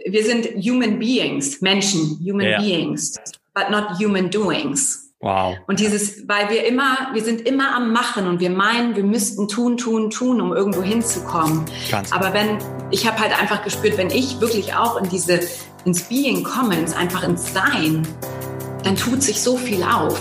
wir sind human beings, Menschen, human beings, but not human doings. Wow. Und weil wir sind immer am Machen und wir meinen, wir müssten tun, um irgendwo hinzukommen. Aber ich habe halt einfach gespürt, wenn ich wirklich auch ins Being komme, einfach ins Sein, dann tut sich so viel auf.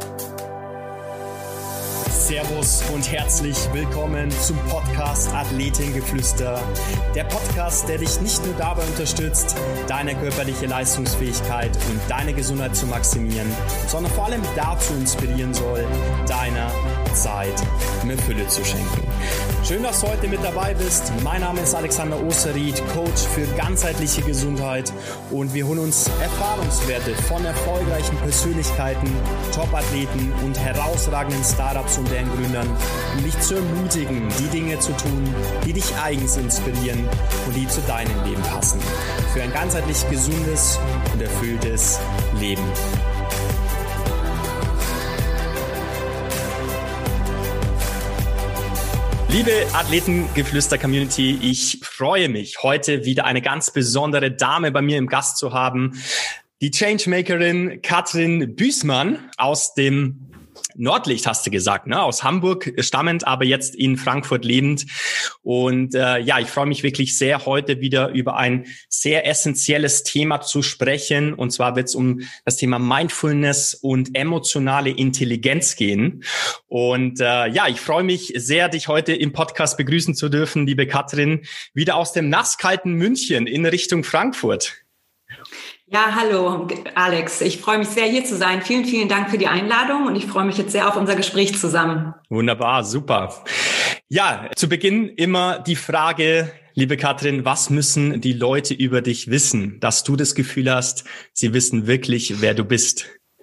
Servus und herzlich willkommen zum Podcast Athletengeflüster. Der Podcast, der dich nicht nur dabei unterstützt, deine körperliche Leistungsfähigkeit und deine Gesundheit zu maximieren, sondern vor allem dazu inspirieren soll, deiner Zeit mehr Fülle zu schenken. Schön, dass du heute mit dabei bist. Mein Name ist Alexander Osterried, Coach für ganzheitliche Gesundheit, und wir holen uns Erfahrungswerte von erfolgreichen Persönlichkeiten, Top-Athleten und herausragenden Startups und deren Gründern, um dich zu ermutigen, die Dinge zu tun, die dich eigens inspirieren und die zu deinem Leben passen. Für ein ganzheitlich gesundes und erfülltes Leben. Liebe Athletengeflüster-Community, ich freue mich, heute wieder eine ganz besondere Dame bei mir im Gast zu haben. Die Changemakerin Katrin Büßmann aus dem Nordlicht, hast du gesagt, ne? Aus Hamburg stammend, aber jetzt in Frankfurt lebend. Und ich freue mich wirklich sehr, heute wieder über ein sehr essentielles Thema zu sprechen. Und zwar wird es um das Thema Mindfulness und emotionale Intelligenz gehen. Und ich freue mich sehr, dich heute im Podcast begrüßen zu dürfen, liebe Katrin, wieder aus dem nasskalten München in Richtung Frankfurt. Ja, hallo Alex. Ich freue mich sehr, hier zu sein. Vielen, vielen Dank für die Einladung und ich freue mich jetzt sehr auf unser Gespräch zusammen. Wunderbar, super. Ja, zu Beginn immer die Frage, liebe Katrin, was müssen die Leute über dich wissen, dass du das Gefühl hast, sie wissen wirklich, wer du bist?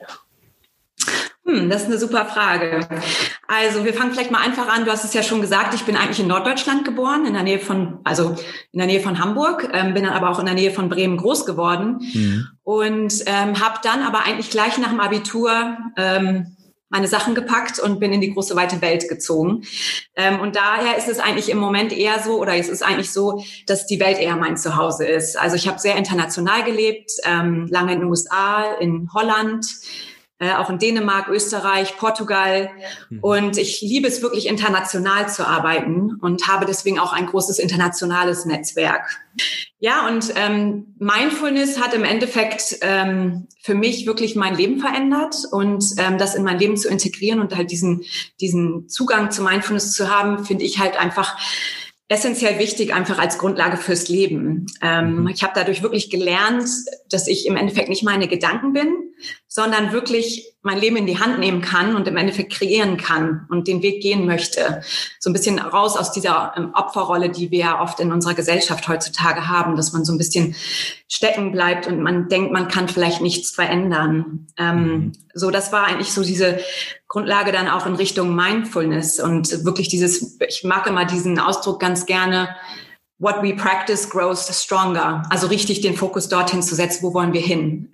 Das ist eine super Frage. Also wir fangen vielleicht mal einfach an. Du hast es ja schon gesagt, ich bin eigentlich in Norddeutschland geboren, in der Nähe von Hamburg, bin dann aber auch in der Nähe von Bremen groß geworden und habe dann aber eigentlich gleich nach dem Abitur meine Sachen gepackt und bin in die große, weite Welt gezogen. Und daher ist es eigentlich im Moment eher so, oder es ist eigentlich so, dass die Welt eher mein Zuhause ist. Also ich habe sehr international gelebt, lange in den USA, in Holland, auch in Dänemark, Österreich, Portugal. Und ich liebe es wirklich, international zu arbeiten und habe deswegen auch ein großes internationales Netzwerk. Ja, und Mindfulness hat im Endeffekt für mich wirklich mein Leben verändert und das in mein Leben zu integrieren und halt diesen Zugang zu Mindfulness zu haben, finde ich halt einfach essentiell wichtig, einfach als Grundlage fürs Leben. Ich habe dadurch wirklich gelernt, dass ich im Endeffekt nicht meine Gedanken bin, sondern wirklich mein Leben in die Hand nehmen kann und im Endeffekt kreieren kann und den Weg gehen möchte. So ein bisschen raus aus dieser Opferrolle, die wir ja oft in unserer Gesellschaft heutzutage haben, dass man so ein bisschen stecken bleibt und man denkt, man kann vielleicht nichts verändern. So, das war eigentlich so diese Grundlage dann auch in Richtung Mindfulness und wirklich ich mag immer diesen Ausdruck ganz gerne, what we practice grows stronger. Also richtig den Fokus dorthin zu setzen, wo wollen wir hin?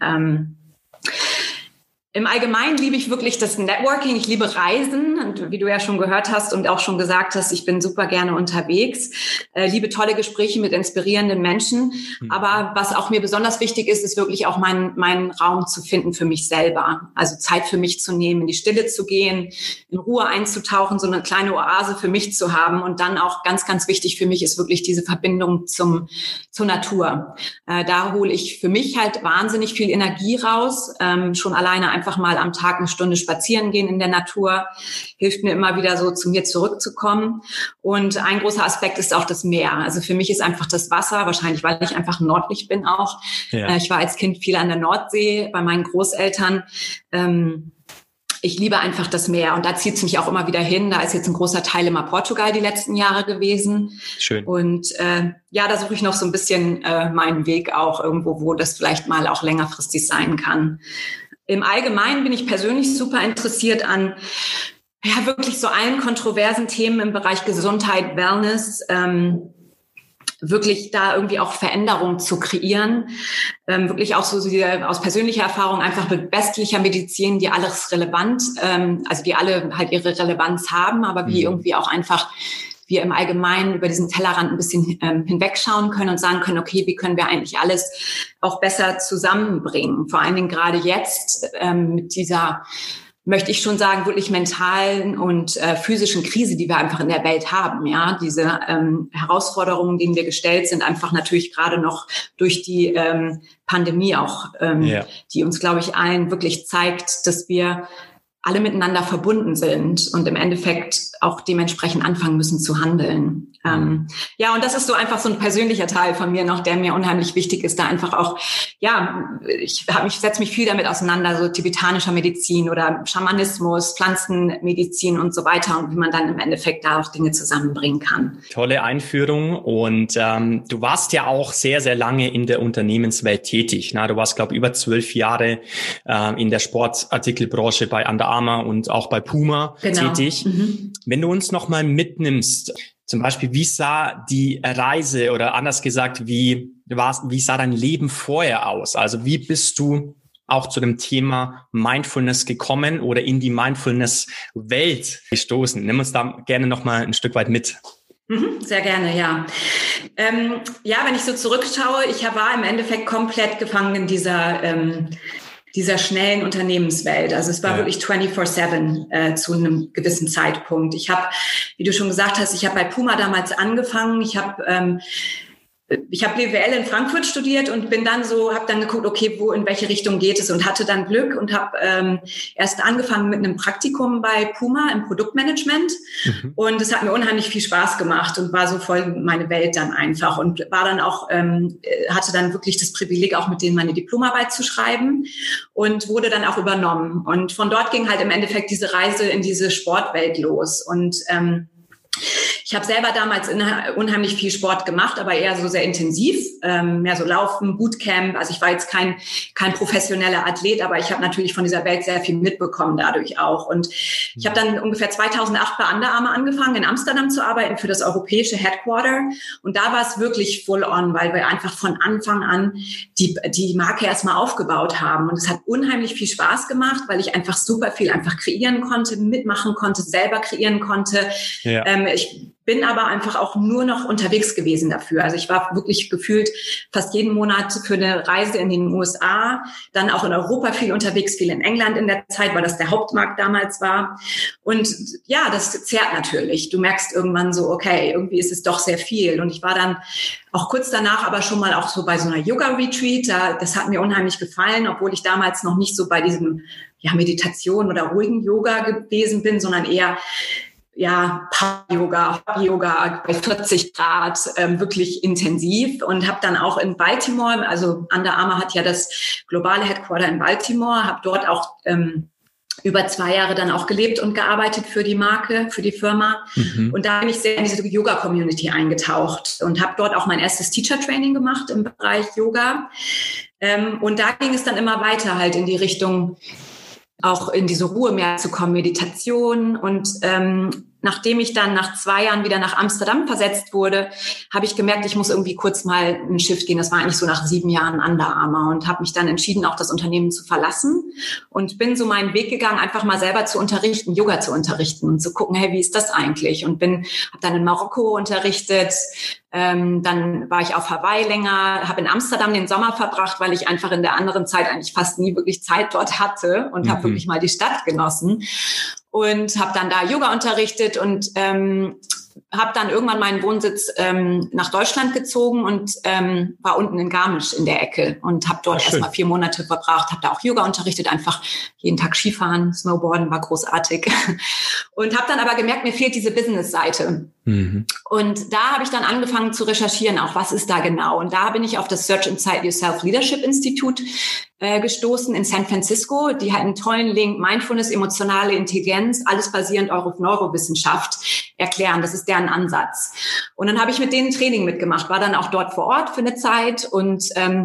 Im Allgemeinen liebe ich wirklich das Networking. Ich liebe Reisen und wie du ja schon gehört hast und auch schon gesagt hast, ich bin super gerne unterwegs. Liebe tolle Gespräche mit inspirierenden Menschen. Aber was auch mir besonders wichtig ist, ist wirklich auch meinen Raum zu finden für mich selber. Also Zeit für mich zu nehmen, in die Stille zu gehen, in Ruhe einzutauchen, so eine kleine Oase für mich zu haben. Und dann auch ganz, ganz wichtig für mich ist wirklich diese Verbindung zur Natur. Da hole ich für mich halt wahnsinnig viel Energie raus, schon alleine einfach mal am Tag eine Stunde spazieren gehen in der Natur, hilft mir immer wieder so zu mir zurückzukommen. Und ein großer Aspekt ist auch das Meer. Also für mich ist einfach das Wasser, wahrscheinlich weil ich einfach nördlich bin auch. Ja. Ich war als Kind viel an der Nordsee bei meinen Großeltern. Ich liebe einfach das Meer und da zieht es mich auch immer wieder hin. Da ist jetzt ein großer Teil immer Portugal die letzten Jahre gewesen. Schön. Und da suche ich noch so ein bisschen meinen Weg auch irgendwo, wo das vielleicht mal auch längerfristig sein kann. Im Allgemeinen bin ich persönlich super interessiert an wirklich so allen kontroversen Themen im Bereich Gesundheit, Wellness, wirklich da irgendwie auch Veränderung zu kreieren, wirklich auch so aus persönlicher Erfahrung einfach mit westlicher Medizin, die alles relevant, also die alle halt ihre Relevanz haben, aber wie irgendwie auch einfach wir im Allgemeinen über diesen Tellerrand ein bisschen hinwegschauen können und sagen können, okay, wie können wir eigentlich alles auch besser zusammenbringen? Vor allen Dingen gerade jetzt mit dieser, möchte ich schon sagen, wirklich mentalen und physischen Krise, die wir einfach in der Welt haben. Ja, diese Herausforderungen, denen wir gestellt sind, einfach natürlich gerade noch durch die Pandemie auch, die uns, glaube ich, allen wirklich zeigt, dass wir alle miteinander verbunden sind und im Endeffekt auch dementsprechend anfangen müssen zu handeln. Ja, und das ist so einfach so ein persönlicher Teil von mir noch, der mir unheimlich wichtig ist, da einfach auch, ja, ich setze mich viel damit auseinander, so tibetanischer Medizin oder Schamanismus, Pflanzenmedizin und so weiter und wie man dann im Endeffekt da auch Dinge zusammenbringen kann. Tolle Einführung und du warst ja auch sehr, sehr lange in der Unternehmenswelt tätig. Du warst, glaube ich, über 12 Jahre in der Sportartikelbranche bei Under Armour und auch bei Puma tätig. Wenn du uns nochmal mitnimmst, zum Beispiel, wie sah die Reise oder anders gesagt, wie sah dein Leben vorher aus? Also wie bist du auch zu dem Thema Mindfulness gekommen oder in die Mindfulness-Welt gestoßen? Nimm uns da gerne nochmal ein Stück weit mit. Sehr gerne, ja. Ja, wenn ich so zurückschaue, ich war im Endeffekt komplett gefangen in dieser schnellen Unternehmenswelt. Also es war wirklich 24/7 zu einem gewissen Zeitpunkt. Ich habe, wie du schon gesagt hast, ich habe bei Puma damals angefangen. Ich habe BWL in Frankfurt studiert und habe dann geguckt, okay, in welche Richtung geht es und hatte dann Glück und habe erst angefangen mit einem Praktikum bei Puma im Produktmanagement und es hat mir unheimlich viel Spaß gemacht und war so voll meine Welt dann einfach und war dann auch, hatte dann wirklich das Privileg, auch mit denen meine Diplomarbeit zu schreiben und wurde dann auch übernommen und von dort ging halt im Endeffekt diese Reise in diese Sportwelt los und ich habe selber damals unheimlich viel Sport gemacht, aber eher so sehr intensiv, mehr so Laufen, Bootcamp. Also ich war jetzt kein professioneller Athlet, aber ich habe natürlich von dieser Welt sehr viel mitbekommen dadurch auch. Und ich habe dann ungefähr 2008 bei Under Armour angefangen, in Amsterdam zu arbeiten für das europäische Headquarter. Und da war es wirklich full on, weil wir einfach von Anfang an die Marke erstmal aufgebaut haben. Und es hat unheimlich viel Spaß gemacht, weil ich einfach super viel einfach kreieren konnte, mitmachen konnte, selber kreieren konnte. Ja. Ich bin aber einfach auch nur noch unterwegs gewesen dafür. Also ich war wirklich gefühlt fast jeden Monat für eine Reise in den USA, dann auch in Europa viel unterwegs, viel in England in der Zeit, weil das der Hauptmarkt damals war. Und ja, das zehrt natürlich. Du merkst irgendwann so, okay, irgendwie ist es doch sehr viel. Und ich war dann auch kurz danach aber schon mal auch so bei so einer Yoga-Retreat. Das hat mir unheimlich gefallen, obwohl ich damals noch nicht so bei diesem Meditation oder ruhigen Yoga gewesen bin, sondern eher Yoga bei 40 Grad, wirklich intensiv und habe dann auch in Baltimore, also Under Armour hat ja das globale Headquarter in Baltimore, habe dort auch über 2 Jahre dann auch gelebt und gearbeitet für die Marke, für die Firma. Und da bin ich sehr in diese Yoga-Community eingetaucht und habe dort auch mein erstes Teacher-Training gemacht im Bereich Yoga. Und da ging es dann immer weiter halt in die Richtung, auch in diese Ruhe mehr zu kommen, Meditation. Und nachdem ich dann nach 2 Jahren wieder nach Amsterdam versetzt wurde, habe ich gemerkt, ich muss irgendwie kurz mal einen Shift gehen. Das war eigentlich so nach 7 Jahren Under Armour und habe mich dann entschieden, auch das Unternehmen zu verlassen und bin so meinen Weg gegangen, einfach mal selber zu unterrichten, Yoga zu unterrichten und zu gucken, hey, wie ist das eigentlich? Und habe dann in Marokko unterrichtet. Dann war ich auf Hawaii länger, habe in Amsterdam den Sommer verbracht, weil ich einfach in der anderen Zeit eigentlich fast nie wirklich Zeit dort hatte und habe wirklich mal die Stadt genossen und habe dann da Yoga unterrichtet und habe dann irgendwann meinen Wohnsitz nach Deutschland gezogen und war unten in Garmisch in der Ecke und habe dort erstmal 4 Monate verbracht, habe da auch Yoga unterrichtet, einfach jeden Tag Skifahren, Snowboarden, war großartig und habe dann aber gemerkt, mir fehlt diese Business-Seite. Und da habe ich dann angefangen zu recherchieren, auch was ist da genau. Und da bin ich auf das Search Inside Yourself Leadership Institute gestoßen in San Francisco. Die hat einen tollen Link, Mindfulness, emotionale Intelligenz, alles basierend auf Neurowissenschaft erklären. Das ist deren Ansatz. Und dann habe ich mit denen Training mitgemacht, war dann auch dort vor Ort für eine Zeit und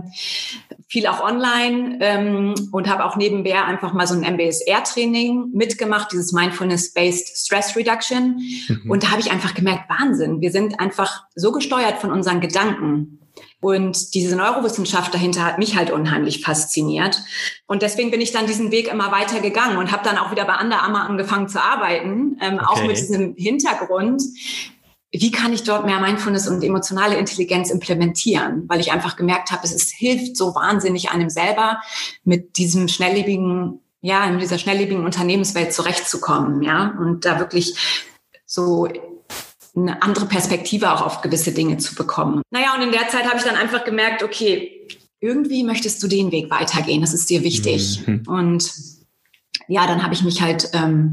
viel auch online und habe auch nebenher einfach mal so ein MBSR-Training mitgemacht, dieses Mindfulness-Based Stress Reduction. Und da habe ich einfach gemerkt, Wahnsinn, wir sind einfach so gesteuert von unseren Gedanken. Und diese Neurowissenschaft dahinter hat mich halt unheimlich fasziniert. Und deswegen bin ich dann diesen Weg immer weiter gegangen und habe dann auch wieder bei Under Armour angefangen zu arbeiten, auch mit diesem Hintergrund. wie kann ich dort mehr Mindfulness und emotionale Intelligenz implementieren? Weil ich einfach gemerkt habe, es hilft so wahnsinnig einem selber, mit diesem schnelllebigen, in dieser schnelllebigen Unternehmenswelt zurechtzukommen, und da wirklich so eine andere Perspektive auch auf gewisse Dinge zu bekommen. Und in der Zeit habe ich dann einfach gemerkt, okay, irgendwie möchtest du den Weg weitergehen, das ist dir wichtig. Und dann habe ich mich halt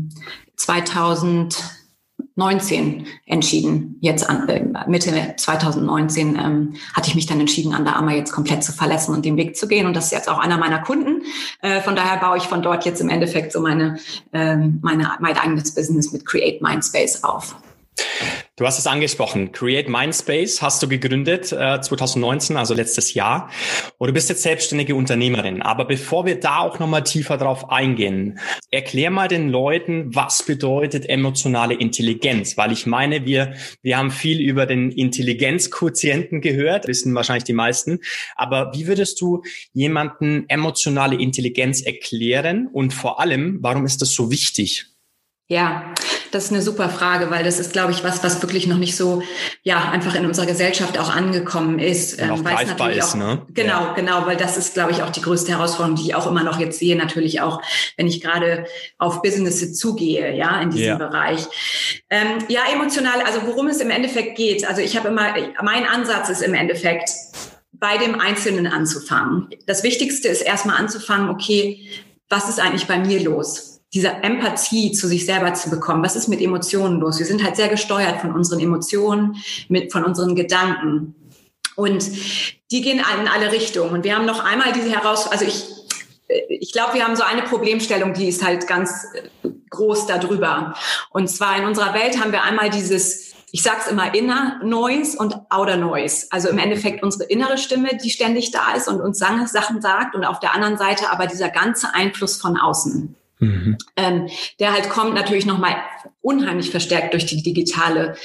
2019 entschieden, Mitte 2019 hatte ich mich dann entschieden, Under Armour jetzt komplett zu verlassen und den Weg zu gehen. Und das ist jetzt auch einer meiner Kunden. Von daher baue ich von dort jetzt im Endeffekt so mein eigenes Business mit Create Mindspace auf. Du hast es angesprochen. Create Mindspace hast du gegründet 2019, also letztes Jahr. Und du bist jetzt selbstständige Unternehmerin. Aber bevor wir da auch nochmal tiefer drauf eingehen, erklär mal den Leuten, was bedeutet emotionale Intelligenz? Weil ich meine, wir haben viel über den Intelligenzquotienten gehört, wissen wahrscheinlich die meisten. Aber wie würdest du jemanden emotionale Intelligenz erklären? Und vor allem, warum ist das so wichtig? Ja, das ist eine super Frage, weil das ist, glaube ich, was wirklich noch nicht so, einfach in unserer Gesellschaft auch angekommen ist. Und auch greifbar ist, ne? Genau, weil das ist, glaube ich, auch die größte Herausforderung, die ich auch immer noch jetzt sehe, natürlich auch, wenn ich gerade auf Businesses zugehe, in diesem Bereich. Emotional, also worum es im Endeffekt geht. Also mein Ansatz ist im Endeffekt, bei dem Einzelnen anzufangen. Das Wichtigste ist erstmal anzufangen, okay, was ist eigentlich bei mir los? Diese Empathie zu sich selber zu bekommen. Was ist mit Emotionen los? Wir sind halt sehr gesteuert von unseren Emotionen, von unseren Gedanken. Und die gehen in alle Richtungen. Und wir haben noch einmal diese Herausforderung, also ich glaube, wir haben so eine Problemstellung, die ist halt ganz groß darüber. Und zwar in unserer Welt haben wir einmal dieses, ich sag's immer, Inner Noise und Outer Noise. Also im Endeffekt unsere innere Stimme, die ständig da ist und uns Sachen sagt. Und auf der anderen Seite aber dieser ganze Einfluss von außen. Der halt kommt natürlich nochmal unheimlich verstärkt durch die digitale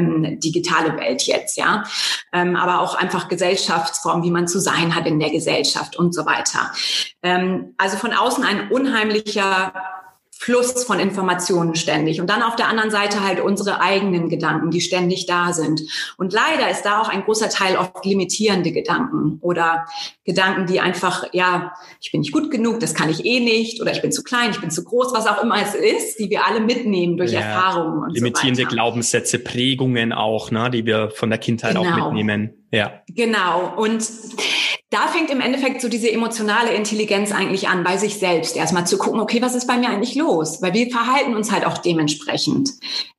Welt jetzt, aber auch einfach Gesellschaftsform, wie man zu sein hat in der Gesellschaft und so weiter. Also von außen ein unheimlicher Fluss von Informationen ständig. Und dann auf der anderen Seite halt unsere eigenen Gedanken, die ständig da sind. Und leider ist da auch ein großer Teil oft limitierende Gedanken oder Gedanken, die einfach, ich bin nicht gut genug, das kann ich eh nicht, oder ich bin zu klein, ich bin zu groß, was auch immer es ist, die wir alle mitnehmen durch Erfahrungen und limitierende so weiter. Glaubenssätze, Prägungen auch, ne, die wir von der Kindheit auch mitnehmen. Ja. Genau. Und da fängt im Endeffekt so diese emotionale Intelligenz eigentlich an, bei sich selbst erstmal zu gucken, okay, was ist bei mir eigentlich los? Weil wir verhalten uns halt auch dementsprechend.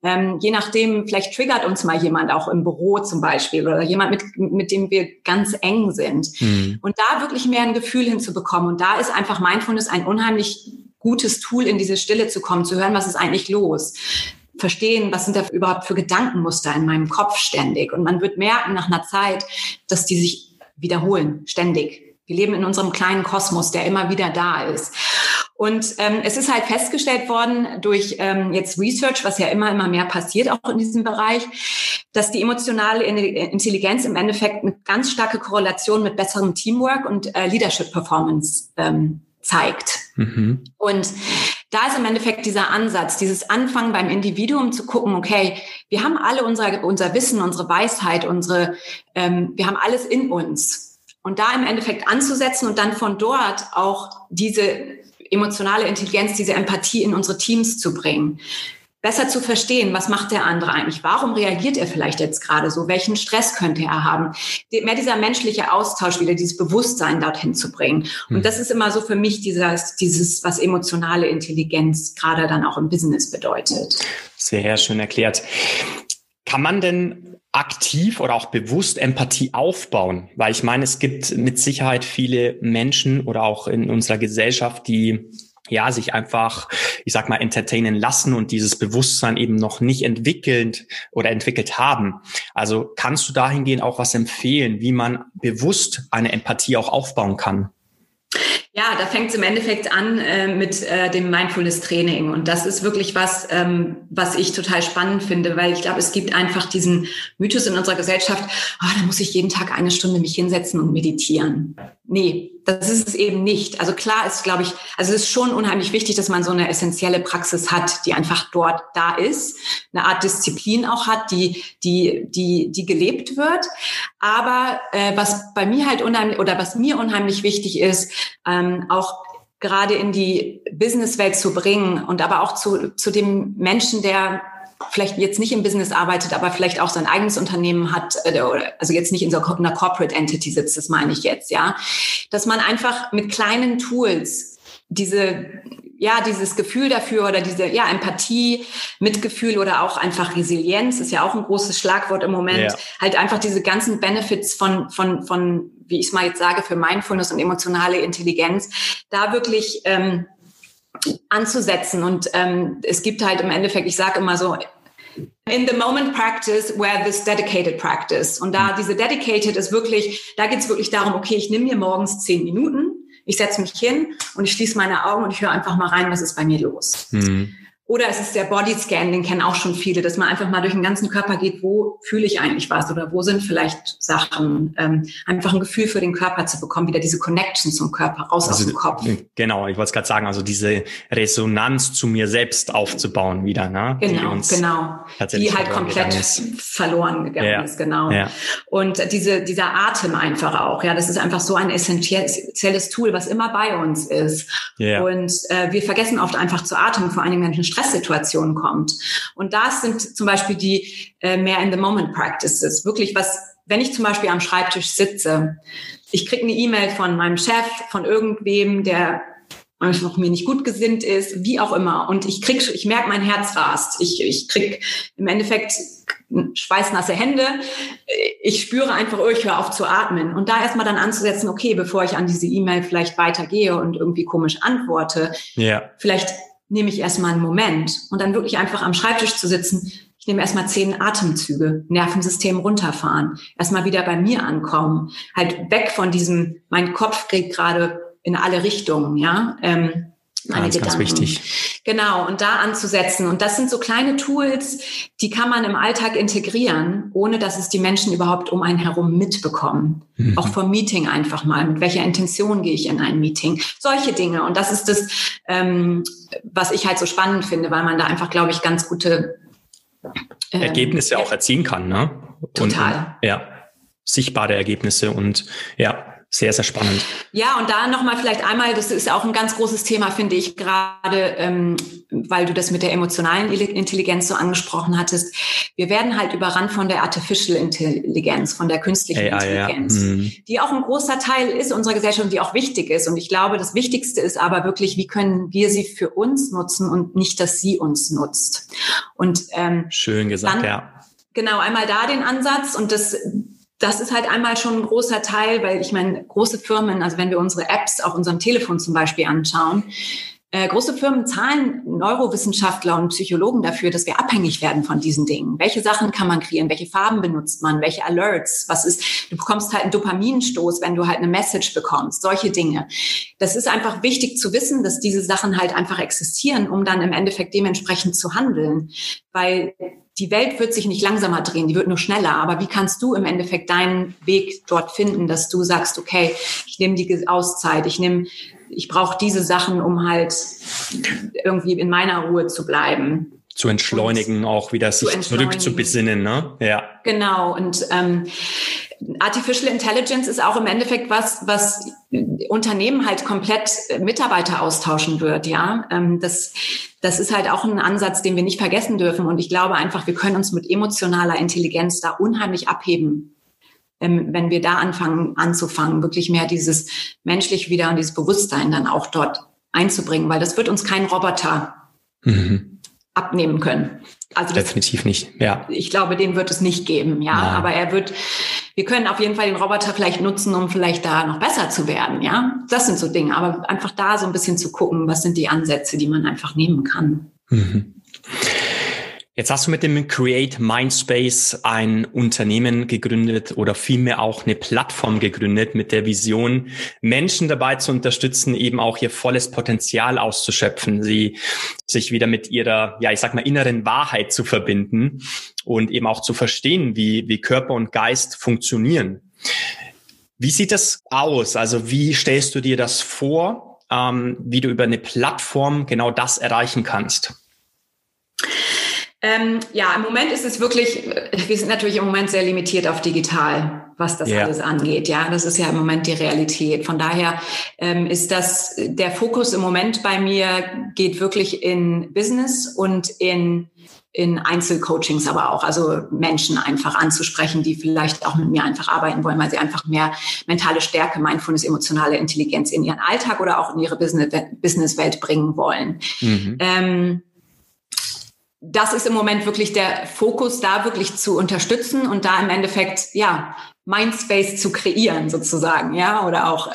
Je nachdem, vielleicht triggert uns mal jemand auch im Büro zum Beispiel oder jemand, mit dem wir ganz eng sind. Und da wirklich mehr ein Gefühl hinzubekommen. Und da ist einfach Mindfulness ein unheimlich gutes Tool, in diese Stille zu kommen, zu hören, was ist eigentlich los? Verstehen, was sind da überhaupt für Gedankenmuster in meinem Kopf ständig. Und man wird merken nach einer Zeit, dass die sich wiederholen, ständig. Wir leben in unserem kleinen Kosmos, der immer wieder da ist. Und es ist halt festgestellt worden durch jetzt Research, was ja immer mehr passiert, auch in diesem Bereich, dass die emotionale Intelligenz im Endeffekt eine ganz starke Korrelation mit besserem Teamwork und Leadership Performance zeigt. Und da ist im Endeffekt dieser Ansatz, dieses Anfangen beim Individuum zu gucken, okay, wir haben alle unser Wissen, unsere Weisheit, wir haben alles in uns. Und da im Endeffekt anzusetzen und dann von dort auch diese emotionale Intelligenz, diese Empathie in unsere Teams zu bringen. Besser zu verstehen, was macht der andere eigentlich? Warum reagiert er vielleicht jetzt gerade so? Welchen Stress könnte er haben? Mehr dieser menschliche Austausch, wieder dieses Bewusstsein dorthin zu bringen. Und das ist immer so für mich dieses, was emotionale Intelligenz gerade dann auch im Business bedeutet. Sehr schön erklärt. Kann man denn aktiv oder auch bewusst Empathie aufbauen? Weil ich meine, es gibt mit Sicherheit viele Menschen oder auch in unserer Gesellschaft, die sich einfach, ich sag mal, entertainen lassen und dieses Bewusstsein eben noch nicht entwickelt haben. Also kannst du dahingehend auch was empfehlen, wie man bewusst eine Empathie auch aufbauen kann? Ja, da fängt es im Endeffekt an mit dem Mindfulness-Training. Und das ist wirklich was ich total spannend finde, weil ich glaube, es gibt einfach diesen Mythos in unserer Gesellschaft, da muss ich jeden Tag 1 Stunde mich hinsetzen und meditieren. Nee, das ist es eben nicht. Also klar ist, glaube ich, also es ist schon unheimlich wichtig, dass man so eine essentielle Praxis hat, die einfach dort da ist, eine Art Disziplin auch hat, die gelebt wird. Aber was bei mir halt was mir unheimlich wichtig ist, auch gerade in die Businesswelt zu bringen und aber auch zu dem Menschen, der vielleicht jetzt nicht im Business arbeitet, aber vielleicht auch sein eigenes Unternehmen hat, also jetzt nicht in so einer Corporate Entity sitzt, das meine ich jetzt, ja, dass man einfach mit kleinen Tools dieses Gefühl dafür oder diese Empathie, Mitgefühl oder auch einfach Resilienz, ist ja auch ein großes Schlagwort im Moment, halt einfach diese ganzen Benefits von wie ich es mal jetzt sage, für Mindfulness und emotionale Intelligenz, da wirklich anzusetzen. Und es gibt halt im Endeffekt, ich sage immer so, in the moment practice where this dedicated practice. Und da diese dedicated ist wirklich, da geht es wirklich darum, okay, ich nehme mir morgens 10 Minuten, ich setze mich hin und ich schließe meine Augen und ich höre einfach mal rein, was ist bei mir los. Oder es ist der Bodyscan, den kennen auch schon viele, dass man einfach mal durch den ganzen Körper geht, wo fühle ich eigentlich was oder wo sind vielleicht Sachen, einfach ein Gefühl für den Körper zu bekommen, wieder diese Connection zum Körper, raus aus dem Kopf. Genau, ich wollte es gerade sagen, also diese Resonanz zu mir selbst aufzubauen wieder, ne? Genau. Die halt komplett verloren gegangen ist, genau. Ja. Und dieser Atem einfach auch, ja, das ist einfach so ein essentielles Tool, was immer bei uns ist. Yeah. Und wir vergessen oft einfach zu atmen, vor allen Dingen, wenn eine Stresssituation kommt. Und das sind zum Beispiel die mehr in the moment practices. Wirklich wenn ich zum Beispiel am Schreibtisch sitze, ich kriege eine E-Mail von meinem Chef, von irgendwem, der einfach mir nicht gut gesinnt ist, wie auch immer. Und ich merke, mein Herz rast. Ich kriege im Endeffekt schweißnasse Hände. Ich spüre einfach, ich höre auf zu atmen. Und da erstmal dann anzusetzen, okay, bevor ich an diese E-Mail vielleicht weitergehe und irgendwie komisch antworte, vielleicht nehme ich erstmal einen Moment und dann wirklich einfach am Schreibtisch zu sitzen. Ich nehme erstmal 10 Atemzüge, Nervensystem runterfahren, erstmal wieder bei mir ankommen, halt weg von diesem, mein Kopf geht gerade in alle Richtungen, ja. Meine Gedanken. Ganz wichtig. Genau, und da anzusetzen. Und das sind so kleine Tools, die kann man im Alltag integrieren, ohne dass es die Menschen überhaupt um einen herum mitbekommen. Auch vom Meeting einfach mal. Mit welcher Intention gehe ich in ein Meeting? Solche Dinge. Und das ist das, was ich halt so spannend finde, weil man da einfach, glaube ich, ganz gute Ergebnisse auch erzielen kann, ne? Total. Und sichtbare Ergebnisse und sehr, sehr spannend. Ja, und da nochmal vielleicht einmal, das ist auch ein ganz großes Thema, finde ich, gerade, weil du das mit der emotionalen Intelligenz so angesprochen hattest. Wir werden halt überrannt von der Artificial Intelligenz, von der künstlichen Intelligenz, die auch ein großer Teil ist unserer Gesellschaft und die auch wichtig ist. Und ich glaube, das Wichtigste ist aber wirklich, wie können wir sie für uns nutzen und nicht, dass sie uns nutzt. Und schön gesagt, dann, Genau, einmal da den Ansatz und das ist halt einmal schon ein großer Teil, weil ich meine, große Firmen, also wenn wir unsere Apps auf unserem Telefon zum Beispiel anschauen, große Firmen zahlen Neurowissenschaftler und Psychologen dafür, dass wir abhängig werden von diesen Dingen. Welche Sachen kann man kreieren? Welche Farben benutzt man? Welche Alerts? Du bekommst halt einen Dopaminstoß, wenn du halt eine Message bekommst. Solche Dinge. Das ist einfach wichtig zu wissen, dass diese Sachen halt einfach existieren, um dann im Endeffekt dementsprechend zu handeln. Weil die Welt wird sich nicht langsamer drehen, die wird nur schneller. Aber wie kannst du im Endeffekt deinen Weg dort finden, dass du sagst, okay, ich nehme die Auszeit, ich brauche diese Sachen, um halt irgendwie in meiner Ruhe zu bleiben. Zu entschleunigen, auch wieder sich zurückzubesinnen, ne? Ja. Genau. Und Artificial Intelligence ist auch im Endeffekt was Unternehmen halt komplett Mitarbeiter austauschen wird, ja. Das ist halt auch ein Ansatz, den wir nicht vergessen dürfen. Und ich glaube einfach, wir können uns mit emotionaler Intelligenz da unheimlich abheben, wenn wir da anzufangen, wirklich mehr dieses menschlich wieder und dieses Bewusstsein dann auch dort einzubringen, weil das wird uns kein Roboter abnehmen können. Also definitiv nicht, ja. Ich glaube, den wird es nicht geben, ja. Nein. Aber wir können auf jeden Fall den Roboter vielleicht nutzen, um vielleicht da noch besser zu werden, ja. Das sind so Dinge. Aber einfach da so ein bisschen zu gucken, was sind die Ansätze, die man einfach nehmen kann. Jetzt hast du mit dem Create Mindspace ein Unternehmen gegründet oder vielmehr auch eine Plattform gegründet mit der Vision, Menschen dabei zu unterstützen, eben auch ihr volles Potenzial auszuschöpfen, sie sich wieder mit ihrer, inneren Wahrheit zu verbinden und eben auch zu verstehen, wie Körper und Geist funktionieren. Wie sieht das aus? Also wie stellst du dir das vor, wie du über eine Plattform genau das erreichen kannst? Ja, im Moment ist es wirklich, wir sind natürlich im Moment sehr limitiert auf digital, was das alles angeht. Ja, das ist ja im Moment die Realität. Von daher ist das, der Fokus im Moment bei mir geht wirklich in Business und in Einzelcoachings aber auch, also Menschen einfach anzusprechen, die vielleicht auch mit mir einfach arbeiten wollen, weil sie einfach mehr mentale Stärke, Mindfulness, emotionale Intelligenz in ihren Alltag oder auch in ihre Businesswelt bringen wollen. Das ist im Moment wirklich der Fokus, da wirklich zu unterstützen und da im Endeffekt, ja, Mindspace zu kreieren sozusagen, ja, oder auch,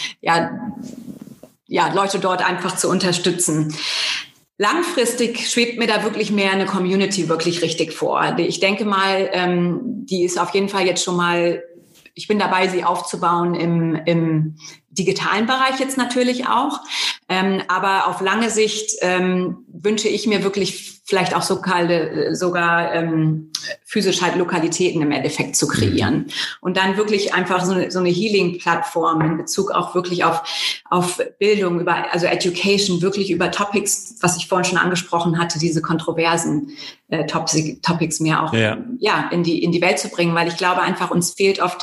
Leute dort einfach zu unterstützen. Langfristig schwebt mir da wirklich mehr eine Community wirklich richtig vor. Ich denke mal, die ist auf jeden Fall jetzt schon mal, ich bin dabei, sie aufzubauen im digitalen Bereich jetzt natürlich auch. Aber auf lange Sicht wünsche ich mir wirklich vielleicht auch sogar physisch halt Lokalitäten im Endeffekt zu kreieren. Und dann wirklich einfach so eine Healing-Plattform in Bezug auch wirklich auf Bildung, also Education, wirklich über Topics, was ich vorhin schon angesprochen hatte, diese kontroversen Topics mehr auch in die Welt zu bringen, weil ich glaube einfach, uns fehlt oft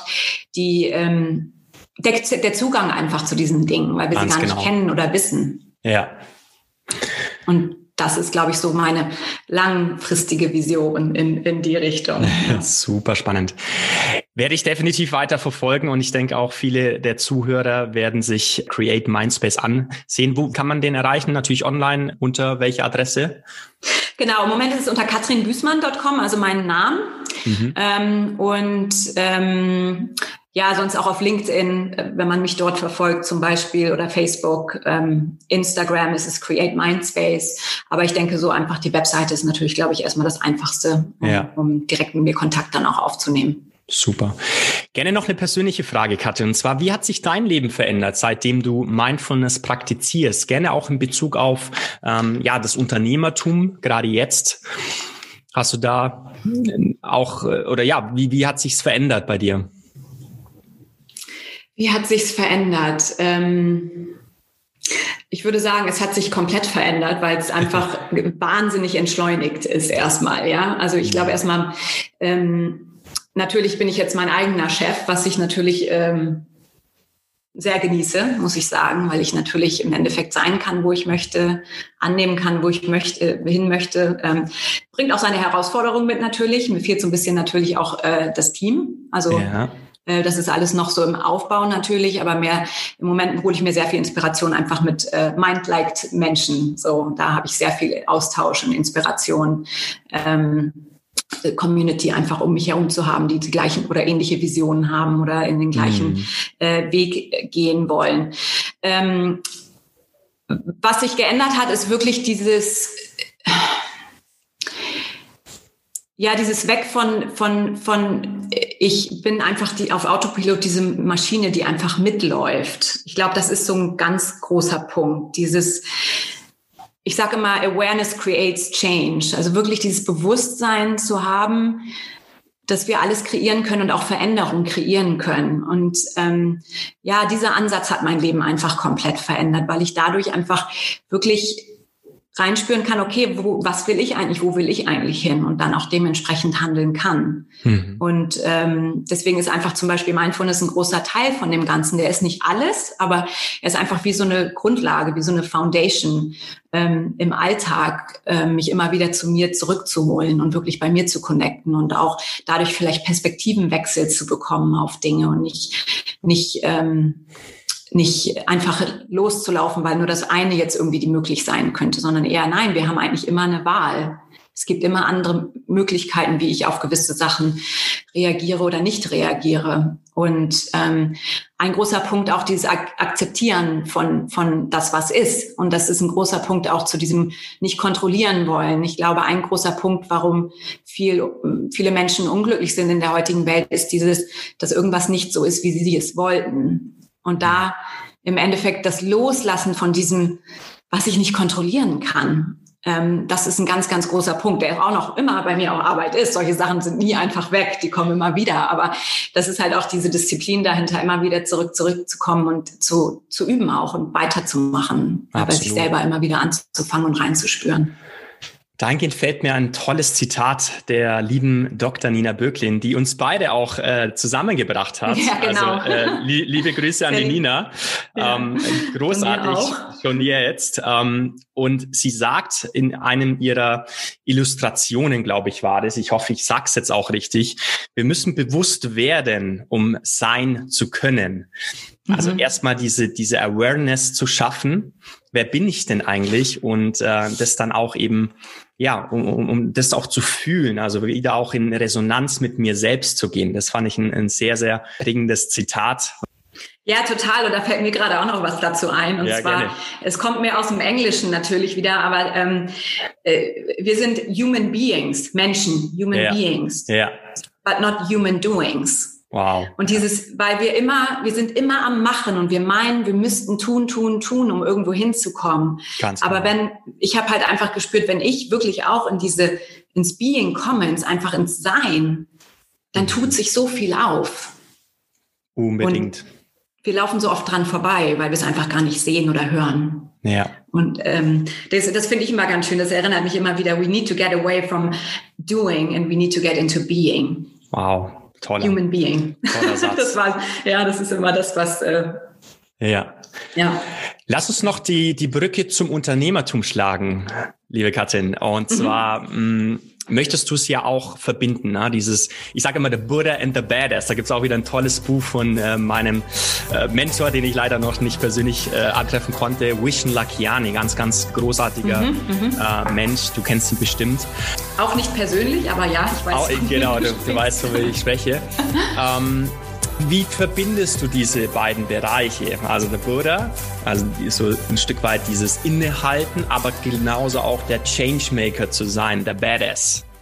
der Zugang einfach zu diesen Dingen, weil wir sie gar nicht kennen oder wissen. Ja. Und das ist, glaube ich, so meine langfristige Vision in die Richtung. Ja. Super spannend. Werde ich definitiv weiter verfolgen und ich denke auch viele der Zuhörer werden sich Create Mindspace ansehen. Wo kann man den erreichen? Natürlich online. Unter welcher Adresse? Genau, im Moment ist es unter katrinbüßmann.com, also meinen Namen. Sonst auch auf LinkedIn, wenn man mich dort verfolgt zum Beispiel, oder Facebook, Instagram ist es Create Mindspace. Aber ich denke, so einfach die Webseite ist natürlich, glaube ich, erstmal das Einfachste, um direkt mit mir Kontakt dann auch aufzunehmen. Super. Gerne noch eine persönliche Frage, Katrin. Und zwar, wie hat sich dein Leben verändert, seitdem du Mindfulness praktizierst? Gerne auch in Bezug auf das Unternehmertum, gerade jetzt. Hast du da auch, wie hat sich's verändert bei dir? Wie hat sich's verändert? Ich würde sagen, es hat sich komplett verändert, weil es einfach wahnsinnig entschleunigt ist erstmal. Ja, also ich glaube erstmal, natürlich bin ich jetzt mein eigener Chef, was ich natürlich sehr genieße, muss ich sagen, weil ich natürlich im Endeffekt sein kann, wo ich möchte, annehmen kann, wo ich hin möchte. Bringt auch seine Herausforderungen mit natürlich. Mir fehlt so ein bisschen natürlich auch das Team. Also das ist alles noch so im Aufbau natürlich, aber mehr im Moment hole ich mir sehr viel Inspiration einfach mit mind-liked Menschen. So, da habe ich sehr viel Austausch und Inspiration. Community einfach um mich herum zu haben, die gleichen oder ähnliche Visionen haben oder in den gleichen Weg gehen wollen. Was sich geändert hat, ist wirklich dieses Weg von ich bin einfach auf Autopilot, diese Maschine, die einfach mitläuft. Ich glaube, das ist so ein ganz großer Punkt. Ich sage immer, Awareness creates change. Also wirklich dieses Bewusstsein zu haben, dass wir alles kreieren können und auch Veränderung kreieren können. Und dieser Ansatz hat mein Leben einfach komplett verändert, weil ich dadurch einfach wirklich reinspüren kann, okay, was will ich eigentlich, wo will ich eigentlich hin und dann auch dementsprechend handeln kann. Und deswegen ist einfach zum Beispiel Mindfulness ein großer Teil von dem Ganzen. Der ist nicht alles, aber er ist einfach wie so eine Grundlage, wie so eine Foundation im Alltag, mich immer wieder zu mir zurückzuholen und wirklich bei mir zu connecten und auch dadurch vielleicht Perspektivenwechsel zu bekommen auf Dinge und nicht einfach loszulaufen, weil nur das eine jetzt irgendwie die möglich sein könnte, sondern eher, nein, wir haben eigentlich immer eine Wahl. Es gibt immer andere Möglichkeiten, wie ich auf gewisse Sachen reagiere oder nicht reagiere. Und ein großer Punkt auch dieses Akzeptieren von das, was ist. Und das ist ein großer Punkt auch zu diesem nicht kontrollieren wollen. Ich glaube, ein großer Punkt, warum viele Menschen unglücklich sind in der heutigen Welt, ist dass irgendwas nicht so ist, wie sie es wollten. Und da im Endeffekt das Loslassen von diesem, was ich nicht kontrollieren kann. Das ist ein ganz, ganz großer Punkt, der auch noch immer bei mir auch Arbeit ist. Solche Sachen sind nie einfach weg, die kommen immer wieder. Aber das ist halt auch diese Disziplin dahinter, immer wieder zurückzukommen und zu üben auch und weiterzumachen. Bei sich selber immer wieder anzufangen und reinzuspüren. Dahingehend fällt mir ein tolles Zitat der lieben Dr. Nina Böcklin, die uns beide auch zusammengebracht hat. Ja, genau. Also liebe Grüße an die Nina. Großartig, schon jetzt. Und sie sagt in einem ihrer Illustrationen, glaube ich, war das, ich hoffe, ich sag's jetzt auch richtig, wir müssen bewusst werden, um sein zu können. Also erstmal diese Awareness zu schaffen. Wer bin ich denn eigentlich? Und das dann auch eben, ja, um das auch zu fühlen, also wieder auch in Resonanz mit mir selbst zu gehen. Das fand ich ein sehr, sehr prägendes Zitat. Ja, total. Und da fällt mir gerade auch noch was dazu ein. Und zwar, gerne. Es kommt mir aus dem Englischen natürlich wieder, aber wir sind Human Beings, Menschen, Human Beings, but not human doings. Wow. Und weil wir sind immer am Machen und wir meinen, wir müssten tun, um irgendwo hinzukommen. Ganz Aber genau. Ich habe halt einfach gespürt, wenn ich wirklich auch ins Being komme, einfach ins Sein, dann tut sich so viel auf. Unbedingt. Und wir laufen so oft dran vorbei, weil wir es einfach gar nicht sehen oder hören. Ja. Und das finde ich immer ganz schön. Das erinnert mich immer wieder, we need to get away from doing and we need to get into being. Wow. Toller. Human Being. Toller Satz. Das ist immer das, was... Ja. Lass uns noch die Brücke zum Unternehmertum schlagen, liebe Katrin. Und zwar möchtest du es ja auch verbinden, ne? Ich sage immer, The Buddha and the Badass. Da gibt's auch wieder ein tolles Buch von meinem Mentor, den ich leider noch nicht persönlich antreffen konnte, Vishen Lakhiani, ganz, ganz großartiger Mensch. Du kennst ihn bestimmt. Auch nicht persönlich, aber ja, ich weiß. Genau, du weißt, wovon ich spreche. Wie verbindest du diese beiden Bereiche? Also der Buddha, also so ein Stück weit dieses Innehalten, aber genauso auch der Changemaker zu sein, der Badass.